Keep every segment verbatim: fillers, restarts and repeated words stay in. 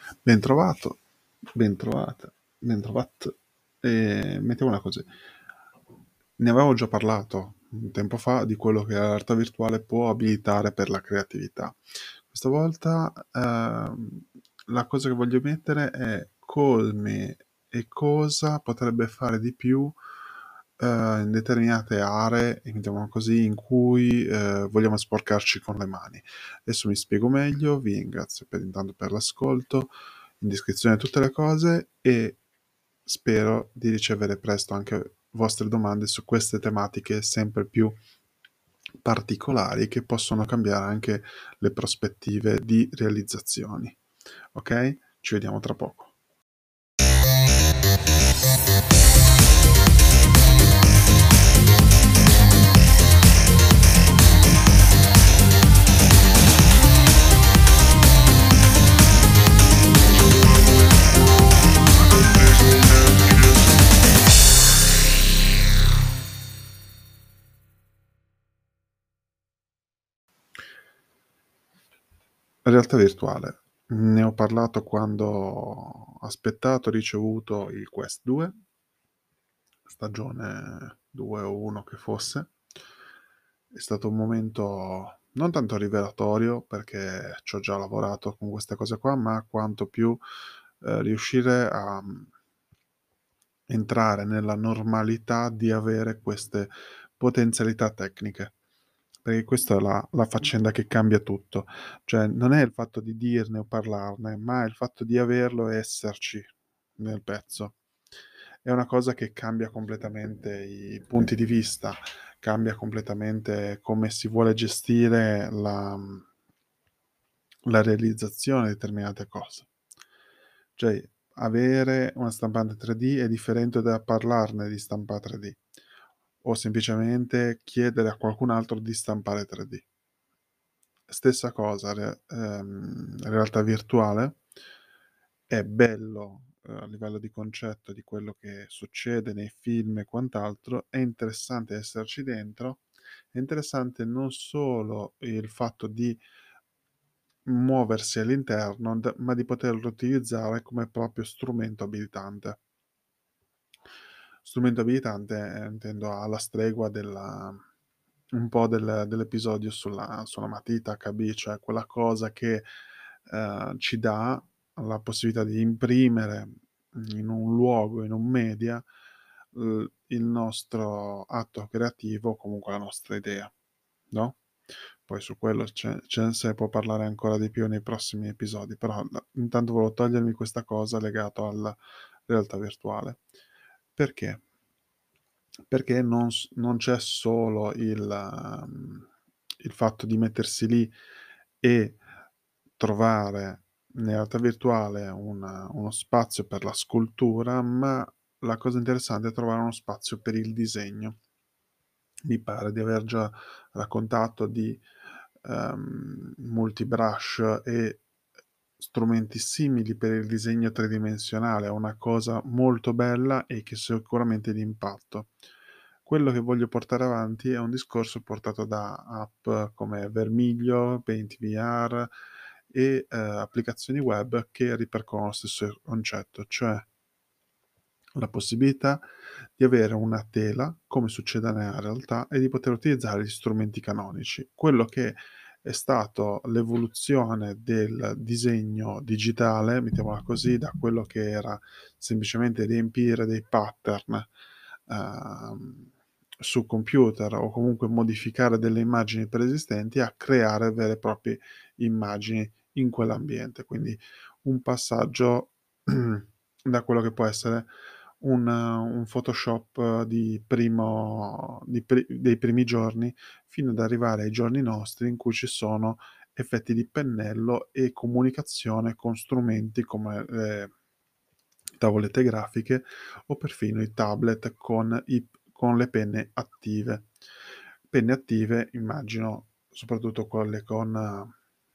Ben trovato, ben trovata, ben trovato. E mettiamola così. Ne avevo già parlato un tempo fa di quello che la realtà virtuale può abilitare per la creatività. Questa volta ehm, la cosa che voglio mettere è come e cosa potrebbe fare di più eh, in determinate aree, mettiamola così, in cui eh, vogliamo sporcarci con le mani. Adesso mi spiego meglio, vi ringrazio per intanto per l'ascolto, in descrizione tutte le cose e spero di ricevere presto anche vostre domande su queste tematiche sempre più particolari che possono cambiare anche le prospettive di realizzazioni. Ok? Ci vediamo tra poco. Realtà virtuale. Ne ho parlato quando ho aspettato, ricevuto il Quest due, stagione due o uno che fosse. È stato un momento non tanto rivelatorio, perché ci ho già lavorato con queste cose qua, ma quanto più eh, riuscire a mm, entrare nella normalità di avere queste potenzialità tecniche. Perché questa è la, la faccenda che cambia tutto. Cioè, non è il fatto di dirne o parlarne, ma è il fatto di averlo e esserci nel pezzo. È una cosa che cambia completamente i punti di vista, cambia completamente come si vuole gestire la, la realizzazione di determinate cose. Cioè, avere una stampante tre D è differente da parlarne di stampa tre D o semplicemente chiedere a qualcun altro di stampare tre D. Stessa cosa, re- ehm, realtà virtuale, è bello eh, a livello di concetto di quello che succede nei film e quant'altro, è interessante esserci dentro, è interessante non solo il fatto di muoversi all'interno, d- ma di poterlo utilizzare come proprio strumento abilitante. Strumento abilitante, eh, intendo alla stregua della, un po' del- dell'episodio sulla, sulla matita acca bi, cioè quella cosa che eh, ci dà la possibilità di imprimere in un luogo, in un media, l- il nostro atto creativo, comunque la nostra idea, no? Poi su quello ce, ce ne se può parlare ancora di più nei prossimi episodi, però la- intanto volevo togliermi questa cosa legata alla realtà virtuale. Perché? Perché non, s- non c'è solo il, um, il fatto di mettersi lì e trovare nella realtà virtuale una- uno spazio per la scultura, ma la cosa interessante è trovare uno spazio per il disegno. Mi pare di aver già raccontato di ehm, multibrush e strumenti simili per il disegno tridimensionale, è una cosa molto bella e che sicuramente è di impatto. Quello che voglio portare avanti è un discorso portato da app come Vermiglio, Paint V R e eh, applicazioni web che ripercorrono lo stesso concetto, cioè la possibilità di avere una tela, come succede nella realtà, e di poter utilizzare gli strumenti canonici. Quello che è stato l'evoluzione del disegno digitale, mettiamola così, da quello che era semplicemente riempire dei pattern ehm, su computer o comunque modificare delle immagini preesistenti a creare vere e proprie immagini in quell'ambiente. Quindi un passaggio da quello che può essere un, un Photoshop di primo, di pri- dei primi giorni fino ad arrivare ai giorni nostri in cui ci sono effetti di pennello e comunicazione con strumenti come le tavolette grafiche o perfino i tablet con, i- con le penne attive. Penne attive, immagino, soprattutto quelle con eh,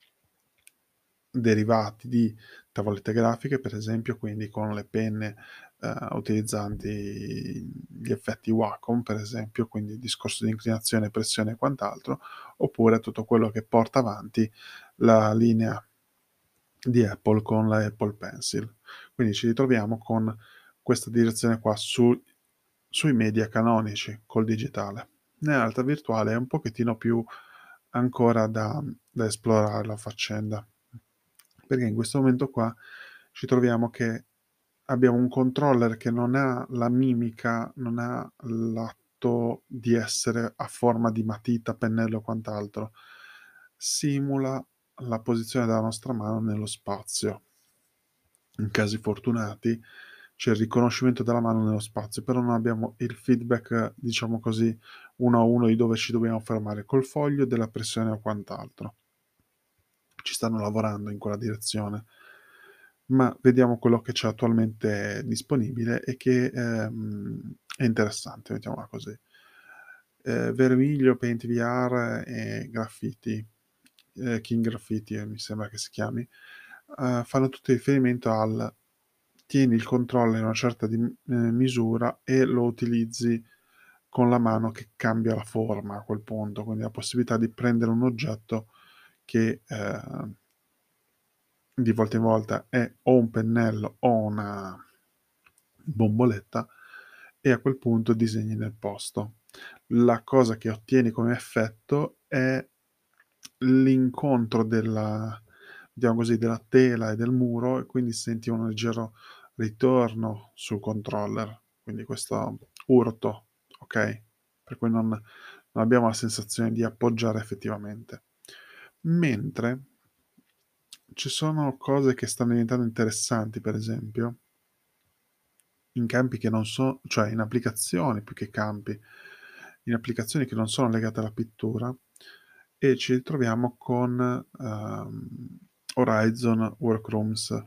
derivati di tavolette grafiche, per esempio, quindi con le penne eh, utilizzanti gli effetti Wacom, per esempio, quindi il discorso di inclinazione, pressione e quant'altro, oppure tutto quello che porta avanti la linea di Apple con la Apple Pencil. Quindi ci ritroviamo con questa direzione qua su sui media canonici col digitale. Nella realtà virtuale è un pochettino più ancora da da esplorare la faccenda, perché in questo momento qua ci troviamo che abbiamo un controller che non ha la mimica, non ha l'atto di essere a forma di matita, pennello o quant'altro. Simula la posizione della nostra mano nello spazio. In casi fortunati c'è il riconoscimento della mano nello spazio, però non abbiamo il feedback, diciamo così, uno a uno di dove ci dobbiamo fermare col foglio, della pressione o quant'altro. Ci stanno lavorando in quella direzione, ma vediamo quello che c'è attualmente disponibile e che, ehm, è interessante, mettiamola così. Ehm, Vermiglio, Paint V R e Graffiti, ehm, King Graffiti, ehm, mi sembra che si chiami, uhm, fanno tutti riferimento al: tieni il controller in una certa dim ehm, misura e lo utilizzi con la mano che cambia la forma a quel punto, quindi la possibilità di prendere un oggetto che, ehm, di volta in volta è o un pennello o una bomboletta e a quel punto disegni nel posto. La cosa che ottieni come effetto è l'incontro della, diciamo così, della tela e del muro, e quindi senti un leggero ritorno sul controller, quindi questo urto, okay, per cui non non abbiamo la sensazione di appoggiare effettivamente. Mentre ci sono cose che stanno diventando interessanti, per esempio in campi che non so cioè in applicazioni più che campi, in applicazioni che non sono legate alla pittura, e ci ritroviamo con, uhm, Horizon Workrooms.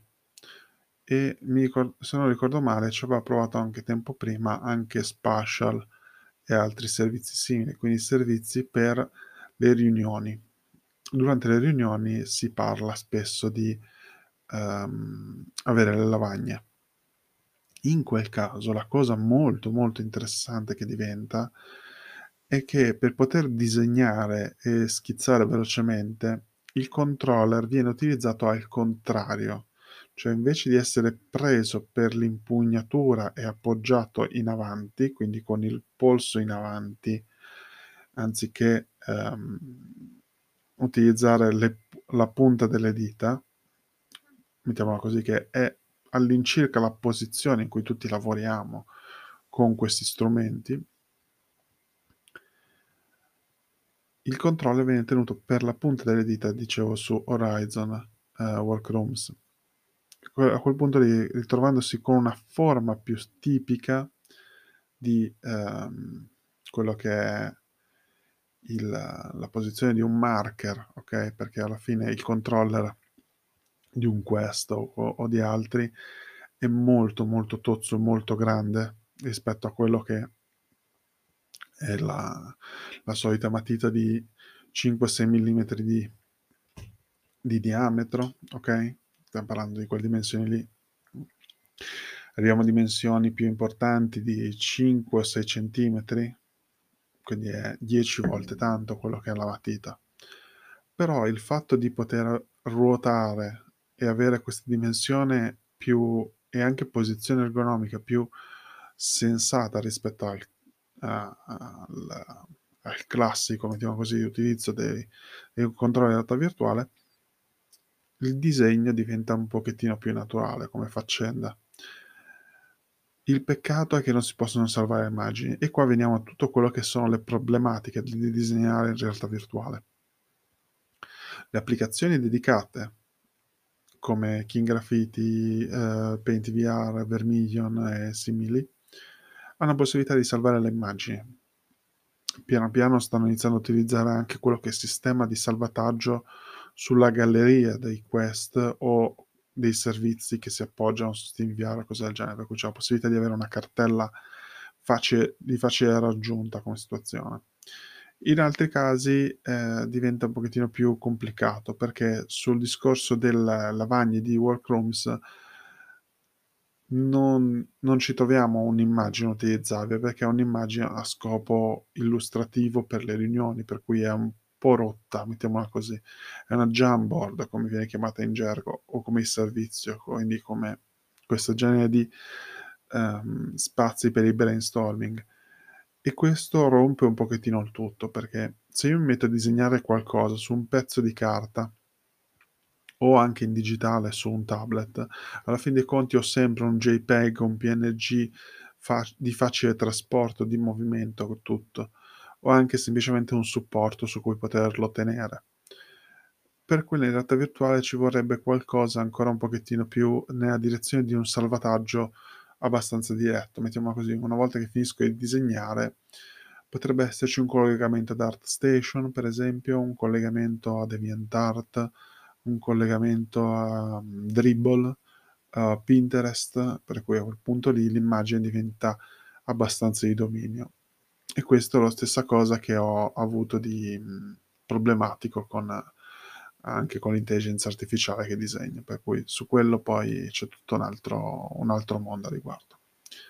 E mi ricor se non ricordo male ci aveva provato anche tempo prima anche Spatial e altri servizi simili, quindi servizi per le riunioni. Durante le riunioni si parla spesso di, uhm, avere le lavagne. In quel caso la cosa molto, molto interessante che diventa è che per poter disegnare e schizzare velocemente, il controller viene utilizzato al contrario, cioè invece di essere preso per l'impugnatura e appoggiato in avanti, quindi con il polso in avanti, anziché, ehm, utilizzare le p la punta delle dita, mettiamola così, che è all'incirca la posizione in cui tutti lavoriamo con questi strumenti, il controllo viene tenuto per la punta delle dita, dicevo, su Horizon, ehm, Workrooms. Que a quel punto lì, ritrovandosi con una forma più s tipica di, ehm, quello che è il la posizione di un marker, okay, perché alla fine il controller di un Quest o o di altri è molto, molto tozzo, molto grande rispetto a quello che è la la solita matita di cinque, sei millimetri di di diametro, okay, stiam parlando di quelle dimensioni lì. Arriviamo a dimensioni più importanti di cinque o sei centimetri, quindi è dieci volte tanto quello che è la matita. Però il fatto di poter ruotare e avere questa dimensione più e anche posizione ergonomica più sensata rispetto al a al al classico, mettiamo così, utilizzo dei dei controlli di realtà virtuale, il disegno diventa un pochettino più naturale come faccenda. Il peccato è che non si possono salvare immagini e qua veniamo a tutto quello che sono le problematiche di disegnare in realtà virtuale. Le applicazioni dedicate come King Graffiti, ehm, Paint V R, Vermilion e simili, hanno possibilità di salvare le immagini. Piano piano stanno iniziando a utilizzare anche quello che è il sistema di salvataggio sulla galleria dei Quest o dei servizi che si appoggiano su SteamVR o cose del genere, per cui c'è la possibilità di avere una cartella facile di facile raggiunta come situazione. In altri casi, ehm, diventa un pochettino più complicato, perché sul discorso del lavagne di Workrooms non non ci troviamo un'immagine utilizzabile, perché è un'immagine a scopo illustrativo per le riunioni, per cui è un po' rotta, mettiamola così. È una Jamboard, come viene chiamata in gergo, o come il servizio, quindi come questo genere di, ehm, spazi per il brainstorming. E questo rompe un pochettino il tutto, perché se io mi metto a disegnare qualcosa su un pezzo di carta o anche in digitale su un tablet, alla fin dei conti ho sempre un JPEG, un P N G fa di facile trasporto, di movimento, tutto, o anche semplicemente un supporto su cui poterlo tenere. Per quella in realtà virtuale ci vorrebbe qualcosa ancora un pochettino più nella direzione di un salvataggio abbastanza diretto, mettiamola così. Una volta che finisco di disegnare, potrebbe esserci un collegamento ad ArtStation, per esempio, un collegamento a DeviantArt, un collegamento a mm, Dribbble, a Pinterest, per cui a quel punto lì l'immagine diventa abbastanza di dominio. E questo è la stessa cosa che ho avuto di, mhmm, problematico con anche con l'intelligenza artificiale che disegno, per cui su quello poi c'è tutto un altro un altro mondo a riguardo.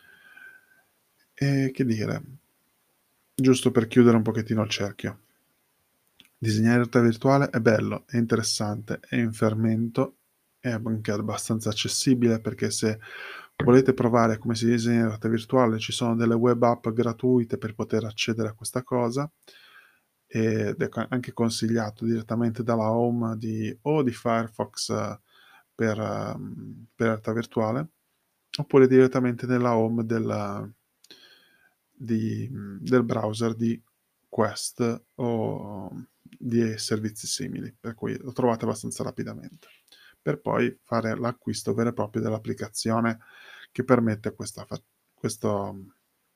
E che dire, giusto per chiudere un pochettino il cerchio, disegnare in realtà virtuale è bello, è interessante, è in fermento, è anche abbastanza accessibile, perché se volete provare come si disegna in realtà virtuale, ci sono delle web app gratuite per poter accedere a questa cosa, ed è ca anche consigliato direttamente dalla home di o di Firefox eh, per mhmm, per realtà virtuale, oppure direttamente nella home del di mhmm, del browser di Quest o di servizi simili, per cui lo trovate abbastanza rapidamente, per poi fare l'acquisto vero e proprio dell'applicazione che permette questa fa questo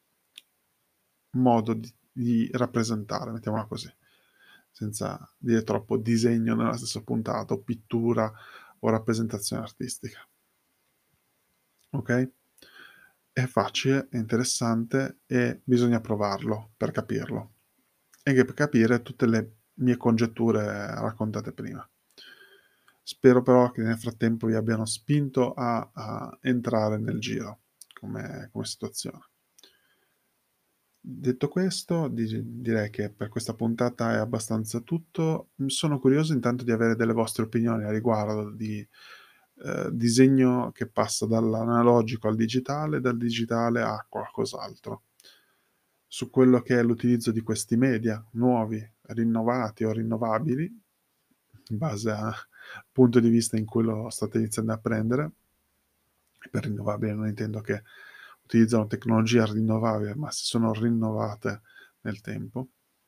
modo di di rappresentare, mettiamola così, senza dire troppo disegno nella stessa puntata, o pittura o rappresentazione artistica. Okay? È facile, è interessante e bisogna provarlo per capirlo. E anche per capire tutte le mie congetture raccontate prima. Spero però che nel frattempo vi abbiano spinto a a entrare nel giro come come situazione. Detto questo, di direi che per questa puntata è abbastanza tutto. Mhmm, sono curioso intanto di avere delle vostre opinioni a riguardo di, ehm, disegno che passa dall'analogico al digitale, dal digitale a qualcos'altro. Su quello che è l'utilizzo di questi media nuovi, rinnovati o rinnovabili, in base a punto di vista in cui lo state iniziando a prendere. E per rinnovabile non intendo che utilizzano tecnologia rinnovabile, ma si sono rinnovate nel tempo.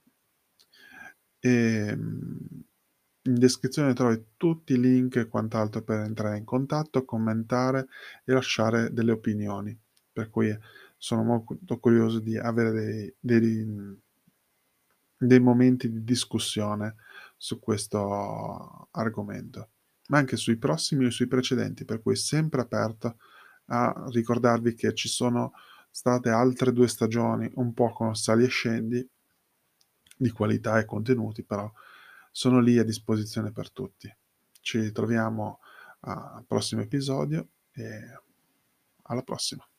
Ehm, In descrizione trovi tutti i link e quant'altro per entrare in contatto, commentare e lasciare delle opinioni, per cui sono molto curioso di avere dei dei mhmm, dei momenti di discussione su questo argomento, ma anche sui prossimi o sui precedenti, per cui sempre aperto a ricordarvi che ci sono state altre due stagioni, un po' con sali e scendi di qualità e contenuti, però sono lì a disposizione per tutti. Ci ritroviamo al prossimo episodio e alla prossima.